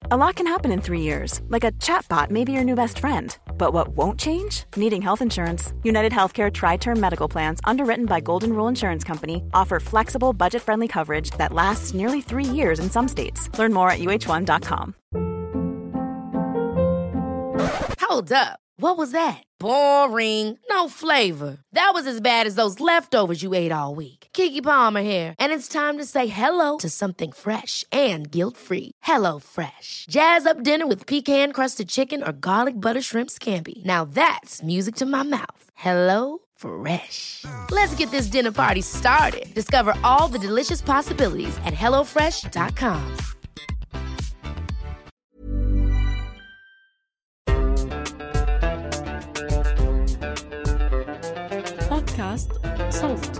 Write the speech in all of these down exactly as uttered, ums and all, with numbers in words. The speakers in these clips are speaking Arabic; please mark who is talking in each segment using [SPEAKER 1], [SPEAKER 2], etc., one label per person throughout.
[SPEAKER 1] A lot can happen in three years, like a chatbot may be your new best friend. But what won't change? Needing health insurance. United Healthcare Tri-Term Medical Plans, underwritten by Golden Rule Insurance Company, offer flexible, budget-friendly coverage that lasts nearly three years in some states. Learn more at U H one dot com.
[SPEAKER 2] Hold up. What was that? Boring. No flavor. That was as bad as those leftovers you ate all week. Keke Palmer here, and it's time to say hello to something fresh and guilt-free. Hello Fresh. Jazz up dinner with pecan-crusted chicken or garlic butter shrimp scampi. Now that's music to my mouth. Hello Fresh. Let's get this dinner party started. Discover all the delicious possibilities at hello fresh dot com.
[SPEAKER 3] بودكاست صوت.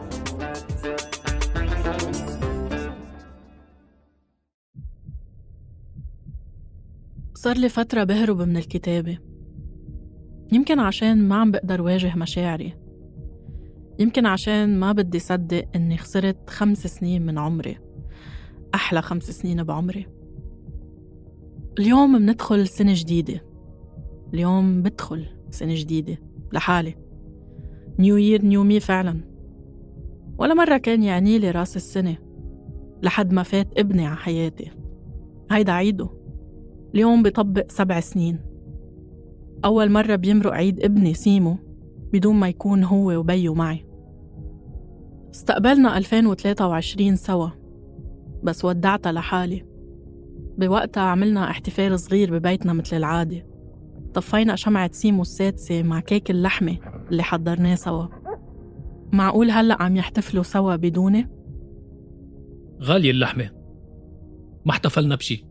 [SPEAKER 3] صار لي فترة بهرب من الكتابة، يمكن عشان ما عم بقدر واجه مشاعري، يمكن عشان ما بدي صدق إني خسرت خمس سنين من عمري، أحلى خمس سنين بعمري. اليوم بندخل سنة جديدة، اليوم بدخل سنة جديدة لحالي. نيو يير نيو مي فعلا. ولا مرة كان يعني لي راس السنة لحد ما فات ابني على حياتي. هيدا عيده، اليوم بيطبق سبع سنين. أول مرة بيمرق عيد ابني سيمو بدون ما يكون هو وبيو معي. استقبلنا ألفين وثلاثة وعشرين سوا، بس ودعتها لحالي. بوقتها عملنا احتفال صغير ببيتنا مثل العادة. طفينا شمعة سيمو السادسة مع كيك اللحمة اللي حضرناه سوا. معقول هلأ عم يحتفلوا سوا بدوني؟
[SPEAKER 4] غالية اللحمة، ما احتفلنا بشي.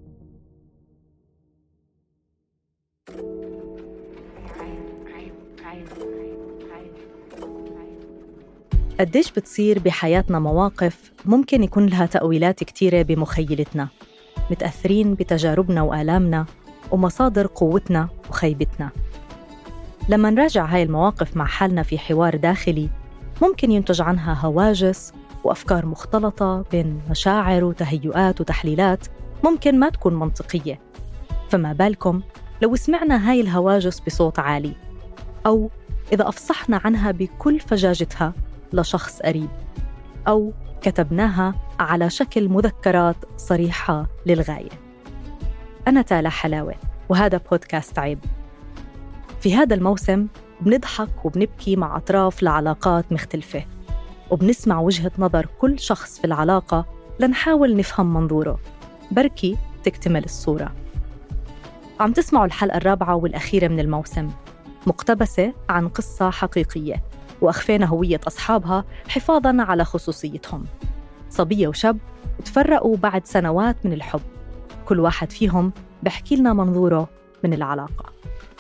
[SPEAKER 5] قديش بتصير بحياتنا مواقف ممكن يكون لها تأويلات كتيرة بمخيلتنا، متأثرين بتجاربنا وآلامنا ومصادر قوتنا وخيبتنا. لما نراجع هاي المواقف مع حالنا في حوار داخلي، ممكن ينتج عنها هواجس وأفكار مختلطة بين مشاعر وتهيؤات وتحليلات ممكن ما تكون منطقية. فما بالكم لو سمعنا هاي الهواجس بصوت عالي، أو إذا أفصحنا عنها بكل فجاجتها لشخص قريب، أو كتبناها على شكل مذكرات صريحة للغاية. أنا تالا حلاوة، وهذا بودكاست عيب. في هذا الموسم بنضحك وبنبكي مع أطراف لعلاقات مختلفة، وبنسمع وجهة نظر كل شخص في العلاقة لنحاول نفهم منظوره، بركي تكتمل الصورة. عم تسمعوا الحلقة الرابعة والأخيرة من الموسم، مقتبسة عن قصة حقيقية وأخفينا هوية أصحابها حفاظاً على خصوصيتهم. صبية وشاب تفرقوا بعد سنوات من الحب، كل واحد فيهم بحكي لنا منظوره من العلاقة.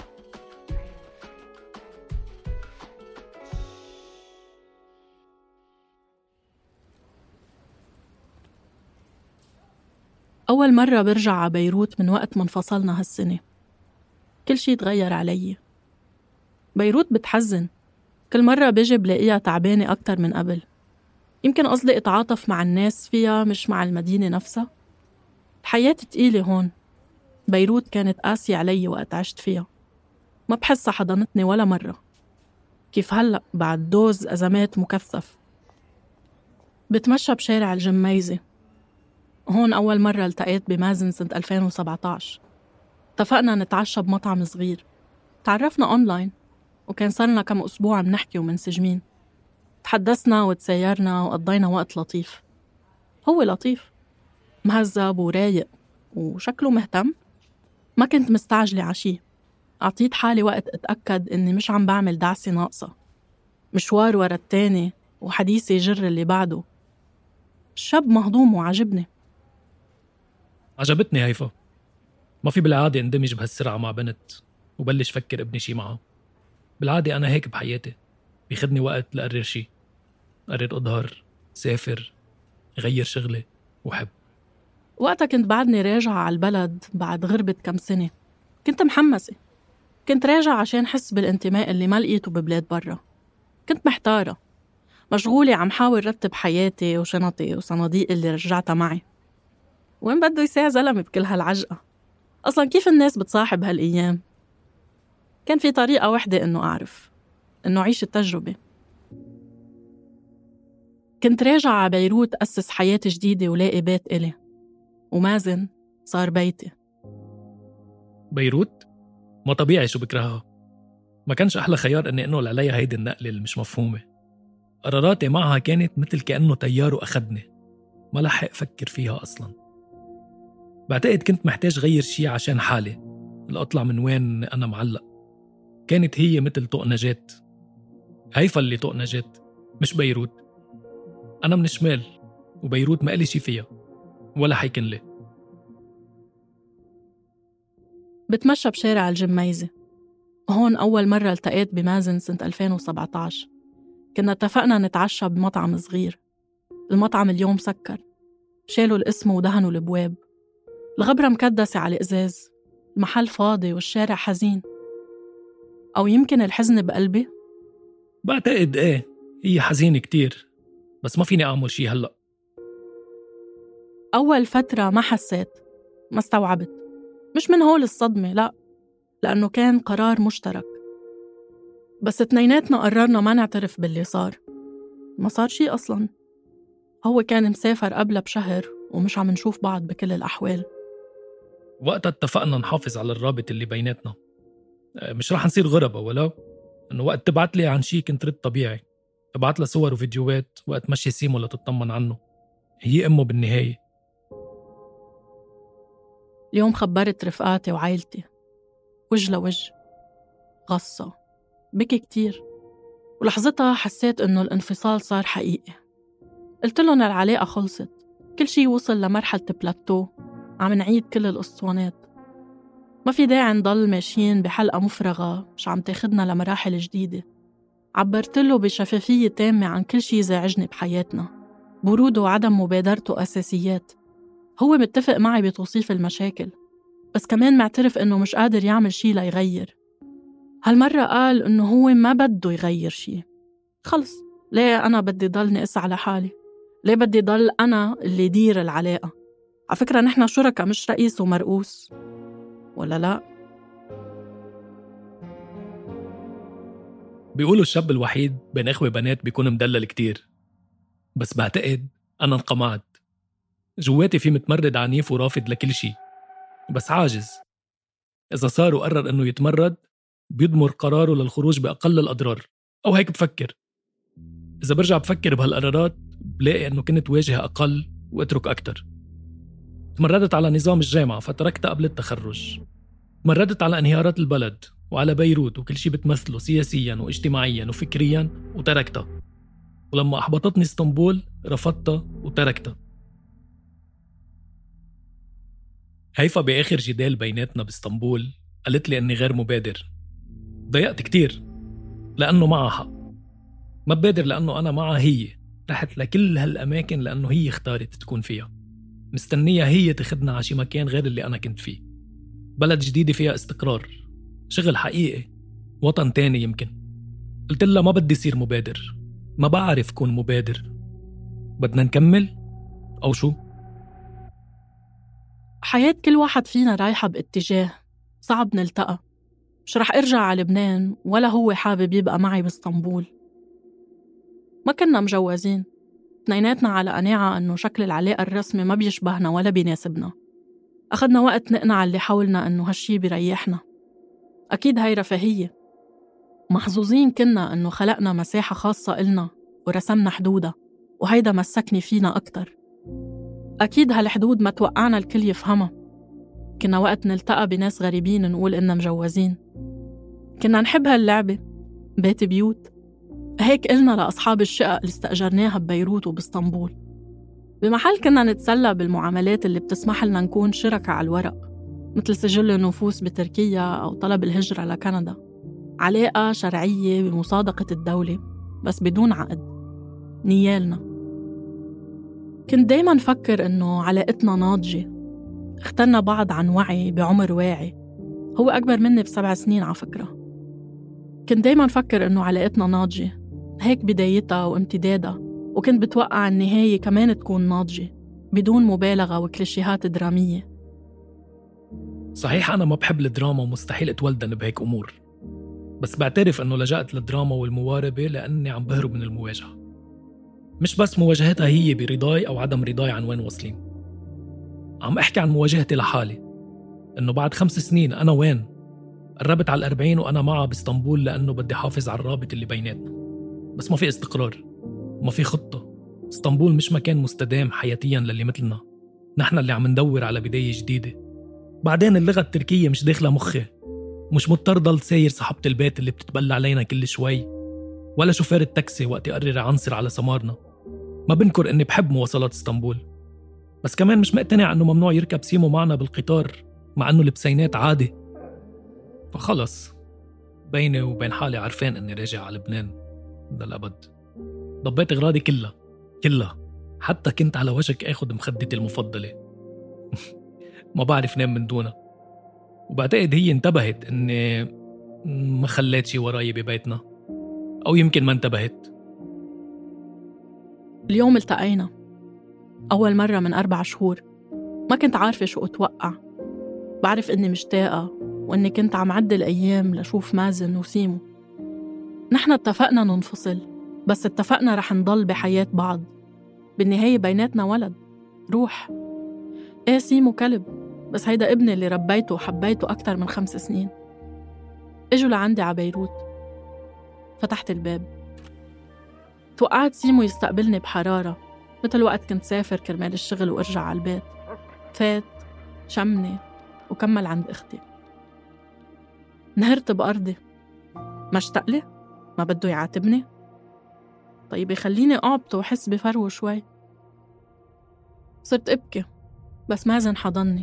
[SPEAKER 3] أول مرة برجع على بيروت من وقت ما انفصلنا هالسنة. كل شي تغير علي. بيروت بتحزن، كل مرة بيجي بلاقيها تعبانة أكتر من قبل. يمكن قصدي أتعاطف مع الناس فيها مش مع المدينة نفسها. الحياة تقيلة هون. بيروت كانت قاسية علي وقت عشت فيها، ما بحسها حضنتني ولا مرة. كيف هلأ بعد دوز أزمات مكثف. بتمشى بشارع الجميزة. هون أول مرة التقيت بمازن سنة ألفين وسبعة عشر. اتفقنا نتعشى بمطعم صغير. تعرفنا أونلاين، وكان صارنا كم أسبوع منحكي ومنسجمين. تحدثنا وتسيرنا وقضينا وقت لطيف. هو لطيف، مهذب ورايق وشكله مهتم. ما كنت مستعجلة عشي. أعطيت حالي وقت أتأكد إني مش عم بعمل دعسة ناقصة. مشوار ورا التاني وحديثي جر اللي بعده. الشاب مهضوم وعجبني.
[SPEAKER 4] عجبتني هيفا. ما في بالعادة اندمج بهالسرعة مع بنت وبلش فكر ابني شي معها. بالعادة أنا هيك بحياتي، بيخدني وقت لأقرر شي، أقرر أظهر، سافر، غير شغلي وحب.
[SPEAKER 3] وقتها كنت بعدني راجعة على البلد بعد غربة كم سنة. كنت محمسة، كنت راجعة عشان حس بالانتماء اللي ما لقيته ببلاد برا. كنت محتارة، مشغولة عم حاول رتب حياتي وشنطي وصناديق اللي رجعتها معي. وين بده يساع زلمة بكل هالعجقة؟ أصلاً كيف الناس بتصاحب هالأيام؟ كان في طريقة واحدة إنه أعرف، إنه أعيش التجربة. كنت راجعة على بيروت أسس حياة جديدة ولاقي بيت إلي، ومازن صار بيتي.
[SPEAKER 4] بيروت؟ ما طبيعي شو بكرهها. ما كانش أحلى خيار أني أنقل عليها هيدي النقلة اللي مش مفهومة. قراراتي معها كانت مثل كأنه طيار وأخدني، ما لحق فكر فيها أصلاً. بعتقد كنت محتاج غير شي عشان حالي لأطلع من وين أنا معلق. كانت هي مثل طوق نجاة. هيفا اللي طوق نجاة، مش بيروت. أنا من شمال وبيروت ما قلي شي فيها ولا حيكن لي.
[SPEAKER 3] بتمشى بشارع الجميزة، وهون أول مرة التقيت بمازن سنة ألفين وسبعة عشر. كنا اتفقنا نتعشى بمطعم صغير. المطعم اليوم سكر، شالوا الاسم ودهنوا البواب. الغبرة مكدسة على الإزاز، المحل فاضي والشارع حزين. أو يمكن الحزن بقلبي؟
[SPEAKER 4] بعتقد إيه، هي حزينة كتير، بس ما فيني أعمل شي هلأ.
[SPEAKER 3] أول فترة ما حسيت، ما استوعبت. مش من هول الصدمة، لا، لأنه كان قرار مشترك. بس اتنيناتنا قررنا ما نعترف باللي صار. ما صار شي أصلاً. هو كان مسافر قبله بشهر ومش عم نشوف بعض بكل الأحوال.
[SPEAKER 4] وقتها اتفقنا نحافظ على الرابط اللي بيناتنا. مش رح نصير غربة، ولو إنه وقت تبعت لي عن شي كنت رد طبيعي تبعت له صور وفيديوهات وقت مشي سيمو لتطمن عنه. هي أمه بالنهاية.
[SPEAKER 3] اليوم خبرت رفقاتي وعائلتي وجه لوجه، غصة، بكي كتير. ولحظتها حسيت إنه الانفصال صار حقيقي. قلت لهم العلاقة خلصت، كل شي وصل لمرحلة بلاتو، عم نعيد كل الأسطوانات. ما في داعي نضل ماشيين بحلقة مفرغة مش عم تاخدنا لمراحل جديدة. عبرت له بشفافية تامة عن كل شي زعجني بحياتنا، بروده وعدم مبادرته أساسيات. هو متفق معي بتوصيف المشاكل، بس كمان معترف إنه مش قادر يعمل شي ليغير. هالمرة قال إنه هو ما بده يغير شي. خلص، ليه أنا بدي ضل نقص على حالي؟ ليه بدي ضل أنا اللي دير العلاقة؟ على فكرة نحنا شركة مش رئيس ومرؤوس، ولا لا؟
[SPEAKER 4] بيقولوا الشاب الوحيد بين إخوة بنات بيكون مدلل كتير، بس بعتقد أنا انقمعت. جواتي في متمرد عنيف ورافض لكل شي، بس عاجز. إذا صار وقرر إنه يتمرد بيضمر قراره للخروج بأقل الأضرار، أو هيك بفكر. إذا برجع بفكر بهالقرارات بلاقي إنه كنت واجه أقل واترك أكتر. تمردت على نظام الجامعة فتركتها قبل التخرج. تمردت على انهيارات البلد وعلى بيروت وكل شي بتمثله سياسياً واجتماعياً وفكرياً وتركتها. ولما أحبطتني اسطنبول رفضتها وتركتها. هيفا بآخر جدال بيناتنا باسطنبول قالت لي أني غير مبادر. ضيقت كتير لأنه معها حق. ما ببادر لأنه أنا معها. هي رحت لكل هالأماكن لأنه هي اختارت تكون فيها. مستنية هي تخدنا على شي مكان غير اللي أنا كنت فيه. بلد جديدة فيها استقرار، شغل حقيقي، وطن تاني يمكن. قلت لها ما بدي صير مبادر، ما بعرف كون مبادر. بدنا نكمل أو شو؟
[SPEAKER 3] حياة كل واحد فينا رايحة باتجاه، صعب نلتقى. مش رح ارجع على لبنان ولا هو حابب يبقى معي باسطنبول. ما كنا مجوزين، اثنيناتنا على قناعة انه شكل العلاقة الرسمي ما بيشبهنا ولا بيناسبنا. اخدنا وقت نقنع اللي حولنا انه هالشي بيريحنا. اكيد هاي رفاهية. محظوظين كنا انه خلقنا مساحة خاصة إلنا ورسمنا حدودها، وهيدا مسكني فينا أكتر. أكيد هالحدود ما توقعنا الكل يفهمها. كنا وقت نلتقى بناس غريبين نقول إننا مجوزين. كنا نحب هاللعبة، بيت بيوت. هيك قلنا لأصحاب الشقق اللي استأجرناها ببيروت وباسطنبول. بمحل كنا نتسلى بالمعاملات اللي بتسمح لنا نكون شركة على الورق، مثل سجل النفوس بتركيا أو طلب الهجرة لكندا. علاقة شرعية بمصادقة الدولة بس بدون عقد، نيالنا. كنت دايما فكر إنه علاقتنا ناضجة. اخترنا بعض عن وعي بعمر واعي. هو أكبر مني بسبع سنين على فكرة. كنت دايما فكر إنه علاقتنا ناضجة، هيك بدايتها وامتدادها، وكنت بتوقع النهاية كمان تكون ناضجة بدون مبالغة وكليشيهات درامية.
[SPEAKER 4] صحيح أنا ما بحب الدراما ومستحيل أتولدن بهيك أمور، بس بعترف أنه لجأت للدراما والمواربة لأني عم بهرب من المواجهة، مش بس مواجهتها هي برضاي أو عدم رضاي عن وين وصلين. عم أحكي عن مواجهتي لحالي، أنه بعد خمس سنين أنا وين؟ قربت على الأربعين وأنا معها باسطنبول لأنه بدي حافظ على الرابط اللي بيناتنا، بس ما في استقرار، ما في خطة. اسطنبول مش مكان مستدام حياتيا للي مثلنا، نحن اللي عم ندور على بداية جديدة. بعدين اللغة التركية مش داخلة مخي، مش مضطر ضل ساير صاحبة البيت اللي بتتبلى علينا كل شوي، ولا شوفير التاكسي وقت يقرر عنصر على سمارنا. ما بنكر اني بحب مواصلات اسطنبول، بس كمان مش مقتنع انه ممنوع يركب سيمو معنا بالقطار مع انه البسينات عادي. فخلص بيني وبين حالي عارفين اني راجع على لبنان للأبد. ضبيت اغراضي كلها كلها، حتى كنت على وشك اخد مخدتي المفضلة ما بعرف نام من دونها، وبعتقد هي انتبهت اني ما خليت شي وراي ببيتنا، او يمكن ما انتبهت.
[SPEAKER 3] اليوم التقينا أول مرة من أربع شهور. ما كنت عارفة شو أتوقع، بعرف إني مشتاقة وإني كنت عم عدل أيام لشوف مازن وسيمو. نحن اتفقنا ننفصل، بس اتفقنا رح نضل بحياة بعض. بالنهاية بيناتنا ولد، روح. إيه سيمو كلب، بس هيدا ابني اللي ربيته وحبيته أكتر من خمس سنين. إجوا لعندي على بيروت، فتحت الباب، توقعت سيمو يستقبلني بحرارة مثل وقت كنت سافر كرمال الشغل وارجع على البيت. فات شمني وكمل عند اختي. نهرت بأرضي، ما اشتقلي؟ ما بده يعاتبني؟ طيب يخليني أعبطه وحس بفرو شوي. صرت ابكي، بس مازن حضني.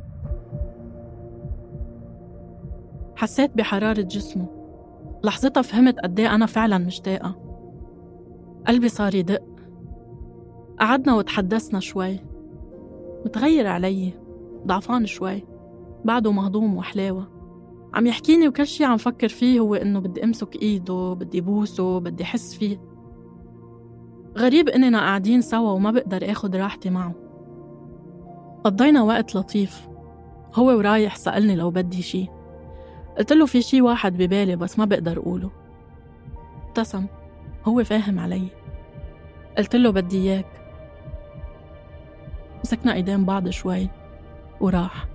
[SPEAKER 3] حسيت بحرارة جسمه، لحظتها فهمت قديه أنا فعلا مشتاقة. قلبي صار يدق. قعدنا وتحدثنا شوي. متغير علي، ضعفان شوي، بعده مهضوم وحلاوة. عم يحكيني وكل شي عم فكر فيه هو إنه بدي أمسك إيده، بدي بوسه، بدي حس فيه. غريب إننا قاعدين سوا وما بقدر آخد راحتي معه. قضينا وقت لطيف. هو ورايح سألني لو بدي شي، قلت له في شي واحد ببالي بس ما بقدر أقوله. ابتسم، هو فاهم علي. قلت له بدي إياك. مسكنا ايدين بعض شوي وراح.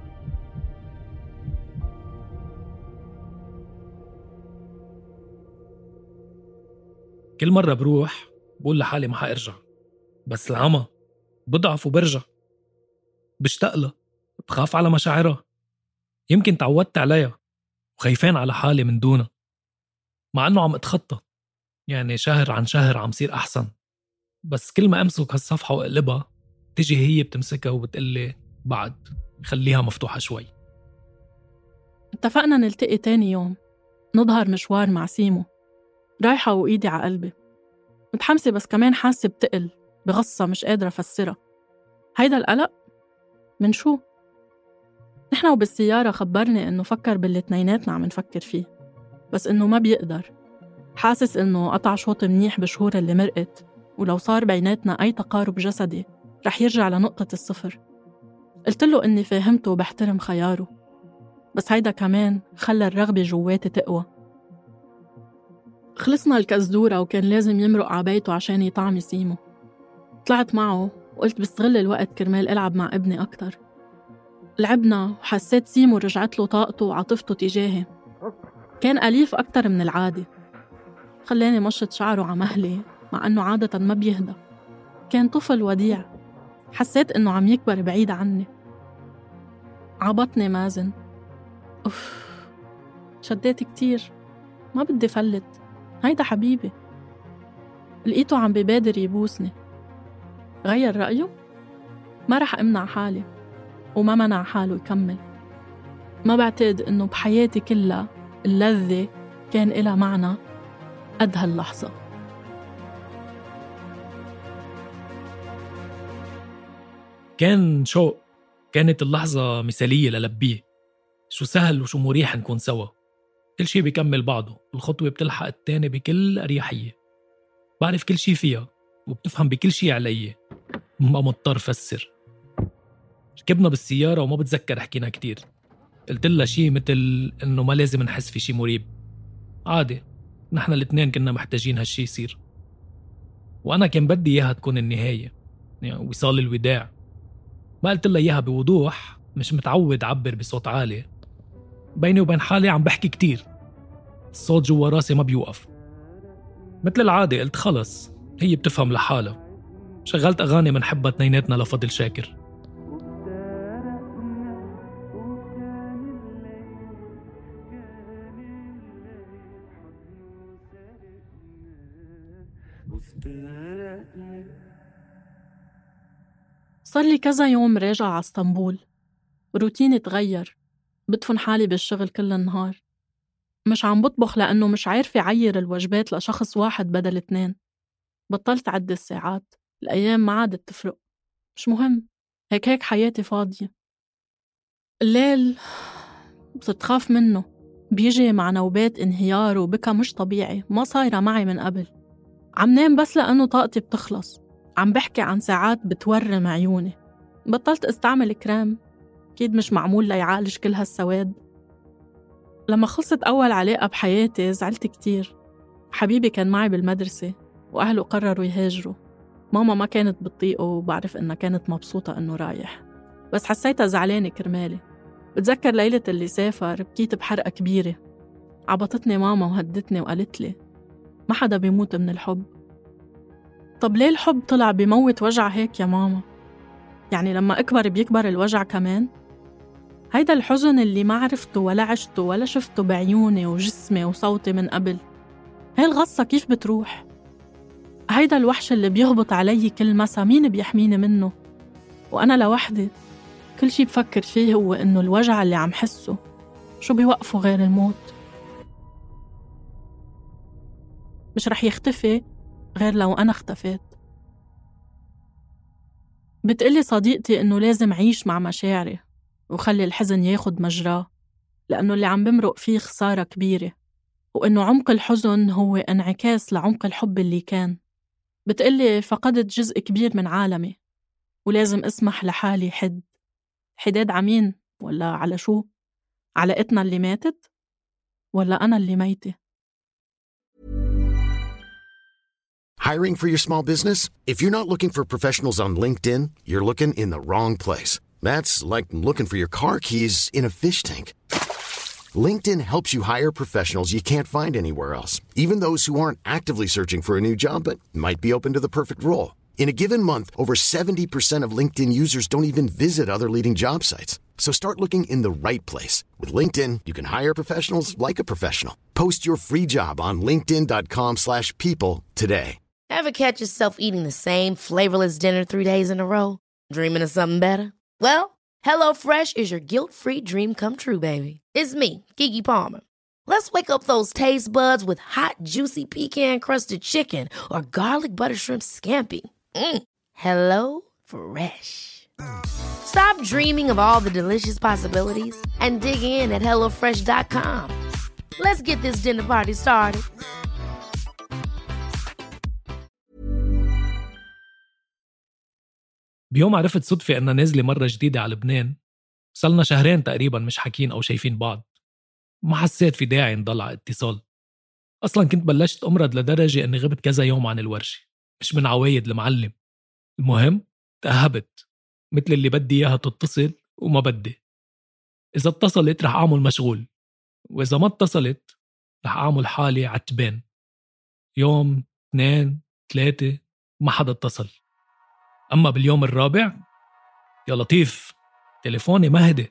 [SPEAKER 4] كل مرة بروح بقول لحالي ما حارجع، بس العمى بضعف وبرجع. بشتاق لها، بخاف على مشاعرها، يمكن تعودت عليها وخايفين على حالي من دونها، مع انه عم اتخطى. يعني شهر عن شهر عم صير احسن، بس كل ما امسك هالصفحة واقلبها تيجي هي بتمسكها وبتقلي بعد خليها مفتوحة شوي.
[SPEAKER 3] اتفقنا نلتقي تاني يوم، نظهر مشوار مع سيمو. رايحة وإيدي على قلبي، متحمسة بس كمان حاسة بتقل، بغصة مش قادرة أفسرها. هيدا القلق؟ من شو؟ نحن وبالسيارة خبرني إنه فكر باللي اتنيناتنا عم نفكر فيه، بس إنه ما بيقدر. حاسس إنه قطع شوط منيح بشهور اللي مرقت، ولو صار بيناتنا أي تقارب جسدي رح يرجع لنقطة الصفر. قلت له إني فاهمته وبحترم خياره، بس هيدا كمان خلى الرغبة جواتي تقوى. خلصنا الكزدورة وكان لازم يمرق عبايته عشان يطعمي سيمو. طلعت معه وقلت بستغل الوقت كرمال ألعب مع ابني أكتر. لعبنا وحسيت سيمو رجعت له طاقته وعاطفته تجاهي. كان أليف أكتر من العادة، خلاني مشط شعره عمهلي مع أنه عادة ما بيهدى. كان طفل وديع، حسيت أنه عم يكبر بعيد عني. عبطني مازن، أوف شديت كتير، ما بدي فلت، هيدا حبيبي. لقيته عم ببادر يبوسني. غير رأيه؟ ما رح أمنع حالي، وما منع حاله يكمل. ما بعتقد إنه بحياتي كلها اللذة كان إلها معنى قد هاللحظة.
[SPEAKER 4] كان شوق، كانت اللحظة مثالية للبيه. شو سهل وشو مريح نكون سوا، كل شي بيكمل بعضه، الخطوة بتلحق التاني بكل أريحية. بعرف كل شي فيها وبتفهم بكل شي علي، ما مضطر فسر. ركبنا بالسيارة وما بتذكر حكينا كتير. قلت لها شي مثل إنه ما لازم نحس في شي مريب، عادي، نحن الاثنين كنا محتاجين هالشي يصير. وأنا كان بدي إياها تكون النهاية، يعني وصال الوداع. ما قلت لها إياها بوضوح، مش متعود عبر بصوت عالي، بيني وبين حالي عم بحكي كتير، الصوت جوا راسي ما بيوقف. مثل العادة قلت خلص هي بتفهم لحالها. شغلت أغاني من حبة اثنيناتنا لفضل شاكر.
[SPEAKER 3] صار لي كذا يوم راجع على اسطنبول، روتيني تغير، بدفن حالي بالشغل كل النهار، مش عم بطبخ لأنه مش عارفة عير الوجبات لشخص واحد بدل اتنين. بطلت عد الساعات، الأيام ما عادت تفرق، مش مهم، هيك هيك حياتي فاضية. الليل صرت خاف منه، بيجي مع نوبات انهيار وبكى مش طبيعي ما صايرة معي من قبل. عم نام بس لأنه طاقتي بتخلص، عم بحكي عن ساعات بتورم عيوني. بطلت استعمل كريم، أكيد مش معمول ليعالج كل هالسواد. لما خلصت أول علاقة بحياتي زعلت كتير. حبيبي كان معي بالمدرسة وأهله قرروا يهاجروا. ماما ما كانت بتطيقه وبعرف إنها كانت مبسوطة إنه رايح، بس حسيتها زعلانة كرمالي. بتذكر ليلة اللي سافر بكيت بحرقة كبيرة. عبطتني ماما وهدتني وقالت لي ما حدا بيموت من الحب. طب ليه الحب طلع بيموت وجع هيك يا ماما؟ يعني لما أكبر بيكبر الوجع كمان؟ هيدا الحزن اللي ما عرفته ولا عشته ولا شفته بعيوني وجسمي وصوتي من قبل، هاي الغصة كيف بتروح؟ هيدا الوحش اللي بيهبط علي كل مسا مين بيحميني منه؟ وأنا لوحدي كل شي بفكر فيه هو إنه الوجع اللي عم حسه شو بيوقفه غير الموت. مش رح يختفي غير لو أنا اختفيت. بتقلي صديقتي إنه لازم عيش مع مشاعري وخلي الحزن ياخد مجراه، لأنه اللي عم بمرق فيه خسارة كبيرة، وإنه عمق الحزن هو انعكاس لعمق الحب اللي كان. بتقلي فقدت جزء كبير من عالمي ولازم اسمح لحالي حد. حداد عمين ولا على شو؟ علاقتنا اللي ماتت ولا أنا اللي ميتة؟
[SPEAKER 6] Hiring for your small business? If you're not looking for professionals on LinkedIn, you're looking in the wrong place. That's like looking for your car keys in a fish tank. LinkedIn helps you hire professionals you can't find anywhere else, even those who aren't actively searching for a new job but might be open to the perfect role. In a given month, over seventy percent of LinkedIn users don't even visit other leading job sites. So start looking in the right place. With LinkedIn, you can hire professionals like a professional. Post your free job on linkedin dot com slash people today.
[SPEAKER 2] Ever catch yourself eating the same flavorless dinner three days in a row? Dreaming of something better? Well, HelloFresh is your guilt-free dream come true, baby. It's me, Keke Palmer. Let's wake up those taste buds with hot, juicy pecan-crusted chicken or garlic butter shrimp scampi. Mm. Hello Fresh. Stop dreaming of all the delicious possibilities and dig in at hello fresh dot com. Let's get this dinner party started.
[SPEAKER 4] بيوم عرفت صدفة أنها نازلة مرة جديدة على لبنان. صلنا شهرين تقريبا مش حاكين أو شايفين بعض. ما حسيت في داعي نضل على اتصال. أصلا كنت بلشت أمرض لدرجة أني غبت كذا يوم عن الورشة، مش من عوايد المعلم. المهم تأهبت مثل اللي بدي إياها تتصل وما بدي. إذا اتصلت رح أعمل مشغول، وإذا ما اتصلت رح أعمل حالي عتبان. يوم اثنين ثلاثة ما حدا اتصل. أما باليوم الرابع يا لطيف تليفوني ما هدي.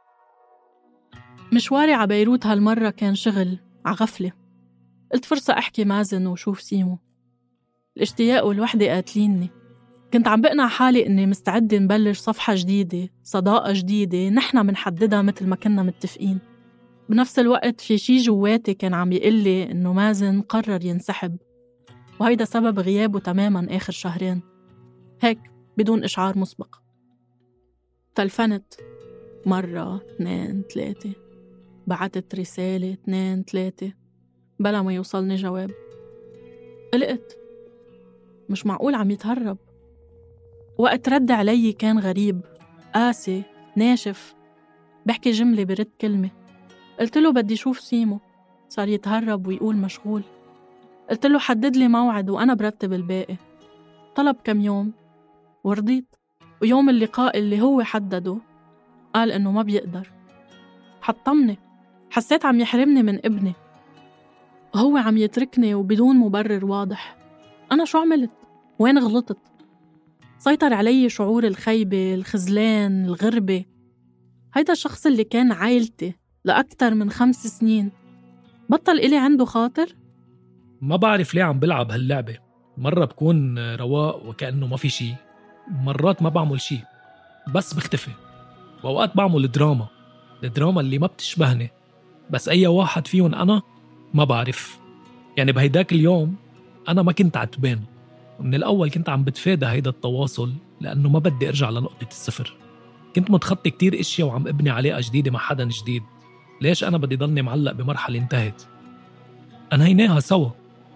[SPEAKER 3] مشواري على بيروت هالمرة كان شغل عغفلة. قلت فرصة أحكي مازن وشوف سيمو. الاشتياق والوحدة قاتليني. كنت عم بقنع حالي إني مستعدة نبلش صفحة جديدة، صداقة جديدة نحنا منحددها مثل ما كنا متفقين. بنفس الوقت في شي جواتي كان عم يقلي إنه مازن قرر ينسحب، وهيدا سبب غيابه تماماً آخر شهرين، هيك بدون إشعار مسبق. تلفنت مرة اثنين ثلاثة، بعتت رسالة اثنين ثلاثة، بلا ما يوصلني جواب. قلقت، مش معقول عم يتهرب. وقت رد علي كان غريب، قاسي ناشف، بحكي جملة برد كلمة. قلت له بدي شوف سيمو، صار يتهرب ويقول مشغول. قلت له حدد لي موعد وأنا برتب الباقي. طلب كم يوم ورضيت، ويوم اللقاء اللي هو حدده قال إنه ما بيقدر. حطمني، حسيت عم يحرمني من ابني، هو عم يتركني وبدون مبرر واضح. أنا شو عملت؟ وين غلطت؟ سيطر علي شعور الخيبة، الخزلان، الغربة. هيدا الشخص اللي كان عائلتي لأكثر من خمس سنين بطل إلي عنده خاطر؟
[SPEAKER 4] ما بعرف ليه عم بلعب هاللعبة. مرة بكون رواق وكأنه ما في شي، مرات ما بعمل شي بس بختفي، وأوقات بعمل دراما، الدراما اللي ما بتشبهني، بس أي واحد فيهم أنا ما بعرف. يعني بهيداك اليوم أنا ما كنت عتبان، ومن الأول كنت عم بتفادى هيدا التواصل لأنه ما بدي أرجع لنقطة الصفر. كنت متخطي كتير اشياء وعم ابني علاقة جديدة مع حدا جديد. ليش أنا بدي ضلني معلق بمرحلة انتهت؟ أنهيناها سوا.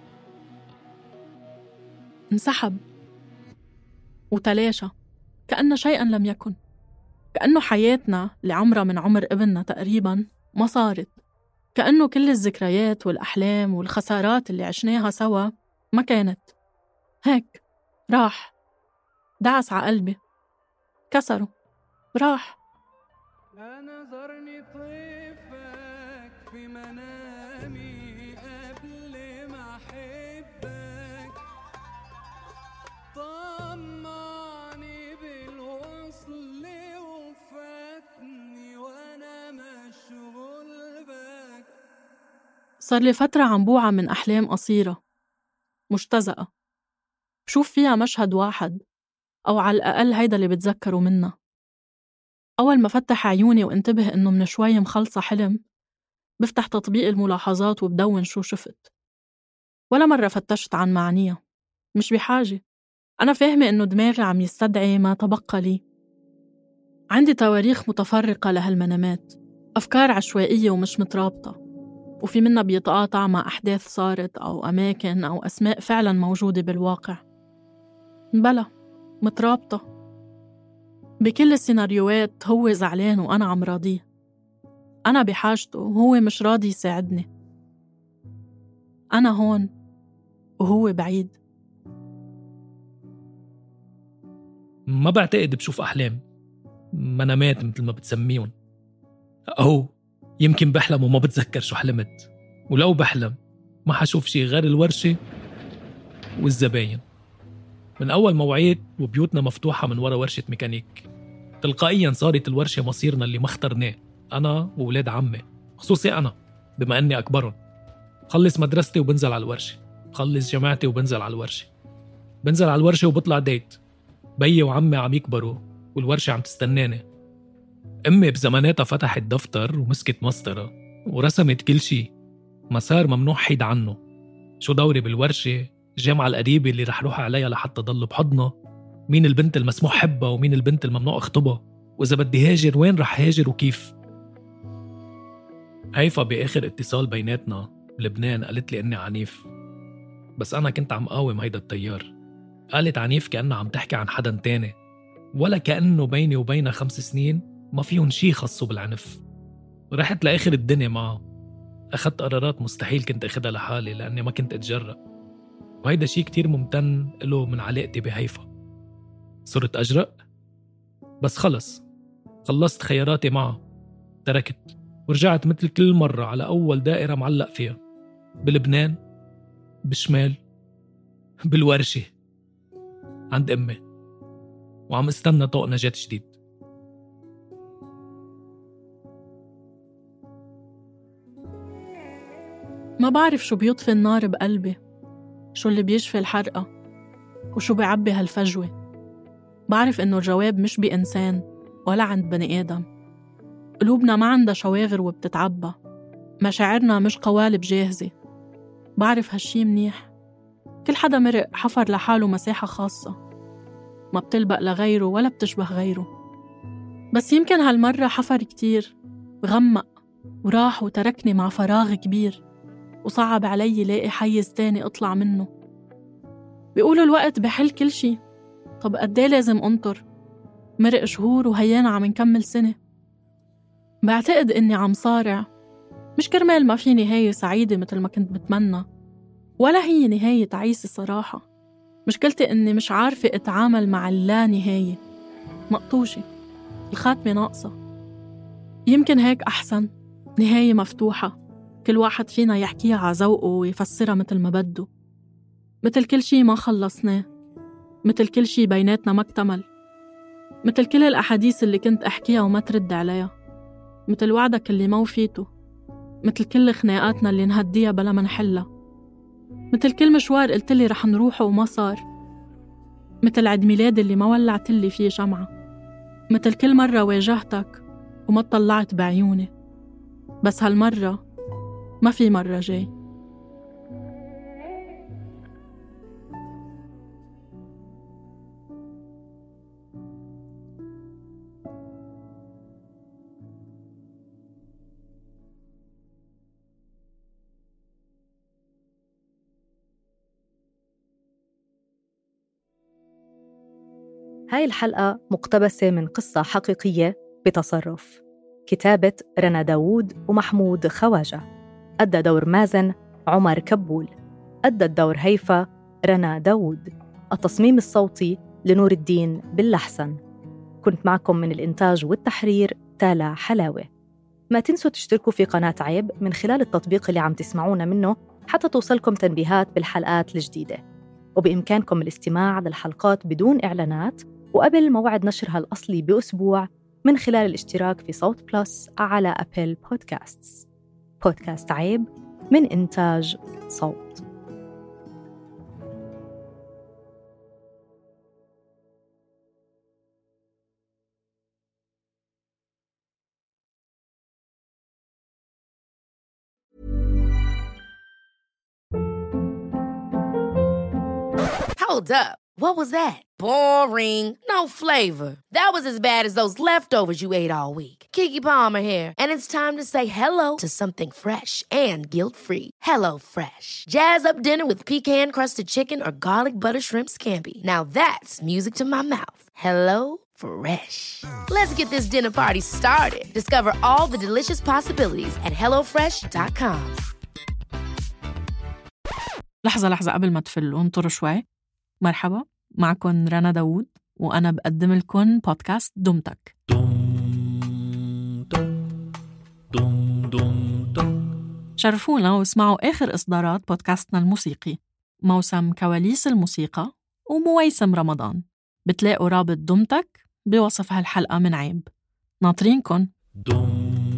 [SPEAKER 3] انسحب وتلاشى كأن شيئا لم يكن، كأنه حياتنا اللي عمرها من عمر ابننا تقريبا ما صارت، كأنه كل الذكريات والأحلام والخسارات اللي عشناها سوا ما كانت. هيك راح، دعس على قلبي، كسره، راح.
[SPEAKER 7] لا نظرني طيفك في منامي قبل ما أحبك، طمعني بالوصل وفاتني وأنا مشغول بك.
[SPEAKER 3] صار لي فترة عم بوعى من أحلام قصيرة مجتزأة، بشوف فيها مشهد واحد أو على الأقل هيدا اللي بتذكره منها. أول ما فتح عيوني وانتبه إنه من شوي مخلصة حلم، بفتح تطبيق الملاحظات وبدون شو شفت. ولا مرة فتشت عن معانيها، مش بحاجة. أنا فاهمة إنه دماغي عم يستدعي ما تبقى لي. عندي تواريخ متفرقة لهالمنامات، أفكار عشوائية ومش مترابطة، وفي منها بيتقاطع مع أحداث صارت أو أماكن أو أسماء فعلا موجودة بالواقع. بلا مترابطة بكل السيناريوهات. هو زعلان وأنا عم راضيه، أنا بحاجته وهو مش راضي يساعدني، أنا هون وهو بعيد.
[SPEAKER 4] ما بعتقد بشوف أحلام، منامات مثل ما بتسميهم، أو يمكن بحلم وما بتذكر شو حلمت. ولو بحلم ما حشوف شي غير الورشة والزباين. من أول ما وعيت وبيوتنا مفتوحة من ورا ورشة ميكانيك، تلقائيا صارت الورشة مصيرنا اللي ما اخترناه، أنا وولاد عمي، خصوصي أنا بما أني أكبرهم. خلص مدرستي وبنزل على الورشة، خلص جامعتي وبنزل على الورشة، بنزل على الورشة وبطلع ديت. بيي وعمي عم يكبروا والورشة عم تستناني. أمي بزماناتها فتحت دفتر ومسكت مسطرة ورسمت كل شي، مسار ممنوع حيد عنه. شو دوري بالورشة، الجامعة القريبة اللي رح روح عليها لحتى ضل بحضنها، مين البنت المسموح حبها ومين البنت الممنوع اخطبها، وإذا بدي هاجر وين رح هاجر وكيف. هيفا بآخر اتصال بيناتنا بلبنان قالت لي إني عنيف، بس أنا كنت عم قاوم هيدا التيار. قالت عنيف كأنها عم تحكي عن حدا تاني، ولا كأنه بيني وبينها خمس سنين ما فيهم شي خصو بالعنف. رحت لآخر الدنيا معه، أخذت قرارات مستحيل كنت أخدها لحالي لأني ما كنت أتجرأ، وهيدا شي كتير ممتن له من علاقتي بهيفا. صرت أجرأ، بس خلص خلصت خياراتي معه، تركت ورجعت مثل كل مرة على أول دائرة معلق فيها، بلبنان، بالشمال، بالورشة عند أمي، وعم استنى طوق نجاة جديد.
[SPEAKER 3] ما بعرف شو بيطفي النار بقلبي، شو اللي بيشفي الحرقة، وشو بيعبي هالفجوة. بعرف إنه الجواب مش بإنسان ولا عند بني آدم. قلوبنا ما عندها شواغر وبتتعبى، مشاعرنا مش قوالب جاهزة. بعرف هالشي منيح. كل حدا مرق حفر لحاله مساحة خاصة، ما بتلبق لغيره ولا بتشبه غيره. بس يمكن هالمرة حفر كتير، غمق وراح وتركني مع فراغ كبير، وصعب علي لاقي حيز تاني أطلع منه. بيقولوا الوقت بحل كل شي، طب قديه لازم أنطر؟ مرق شهور وهيانا عم نكمل سنة. بعتقد إني عم صارع، مش كرمال ما في نهاية سعيدة مثل ما كنت بتمنى، ولا هي نهاية تعيسة صراحة. مشكلتي إني مش عارفة أتعامل مع اللا نهاية، مقطوشة، الخاتمة ناقصة. يمكن هيك أحسن، نهاية مفتوحة، كل واحد فينا يحكيها على ذوقه ويفسرها مثل ما بده، مثل كل شي ما خلصناه، مثل كل شي بيناتنا ما اكتمل، مثل كل الأحاديث اللي كنت أحكيها وما ترد عليها، مثل وعدك اللي ما وفيته، مثل كل خناقاتنا اللي نهديها بلا ما نحلها، مثل كل مشوار قلتلي رح نروحه وما صار، مثل عيد ميلاد اللي ما ولعتلي فيه شمعة، مثل كل مرة واجهتك وما طلعت بعيوني. بس هالمرة ما في مرة جاي.
[SPEAKER 5] هاي الحلقة مقتبسة من قصة حقيقية بتصرف، كتابة رنا داوود ومحمود خواجة. أدى دور مازن عمر كبول، أدى الدور هيفا رنا داوود، التصميم الصوتي لنور الدين باللحسن. كنت معكم من الإنتاج والتحرير تالا حلاوة. ما تنسوا تشتركوا في قناة عيب من خلال التطبيق اللي عم تسمعونا منه حتى توصلكم تنبيهات بالحلقات الجديدة، وبإمكانكم الاستماع للحلقات بدون إعلانات وقبل موعد نشرها الأصلي بأسبوع من خلال الاشتراك في صوت بلس على أبل بودكاستس. بودكاست عيب من إنتاج صوت.
[SPEAKER 2] Hold up. What was that? Boring. No flavor. That was as bad as those leftovers you ate all week. Keke Palmer here, and it's time to say hello to something fresh and guilt-free. Hello Fresh. Jazz up dinner with pecan-crusted chicken or garlic butter shrimp scampi. Now that's music to my mouth. Hello Fresh. Let's get this dinner party started. Discover all the delicious possibilities at hello fresh dot com.
[SPEAKER 3] لحظة لحظة قبل ما تفلوا انطروا شوي. مرحبا، معكم رنا داوود وأنا بقدم لكم بودكاست دمتك. شرفونا واسمعوا آخر إصدارات بودكاستنا الموسيقي، موسم كواليس الموسيقى ومويسم رمضان. بتلاقوا رابط دمتك بوصف هالحلقة من عيب. ناطرينكن.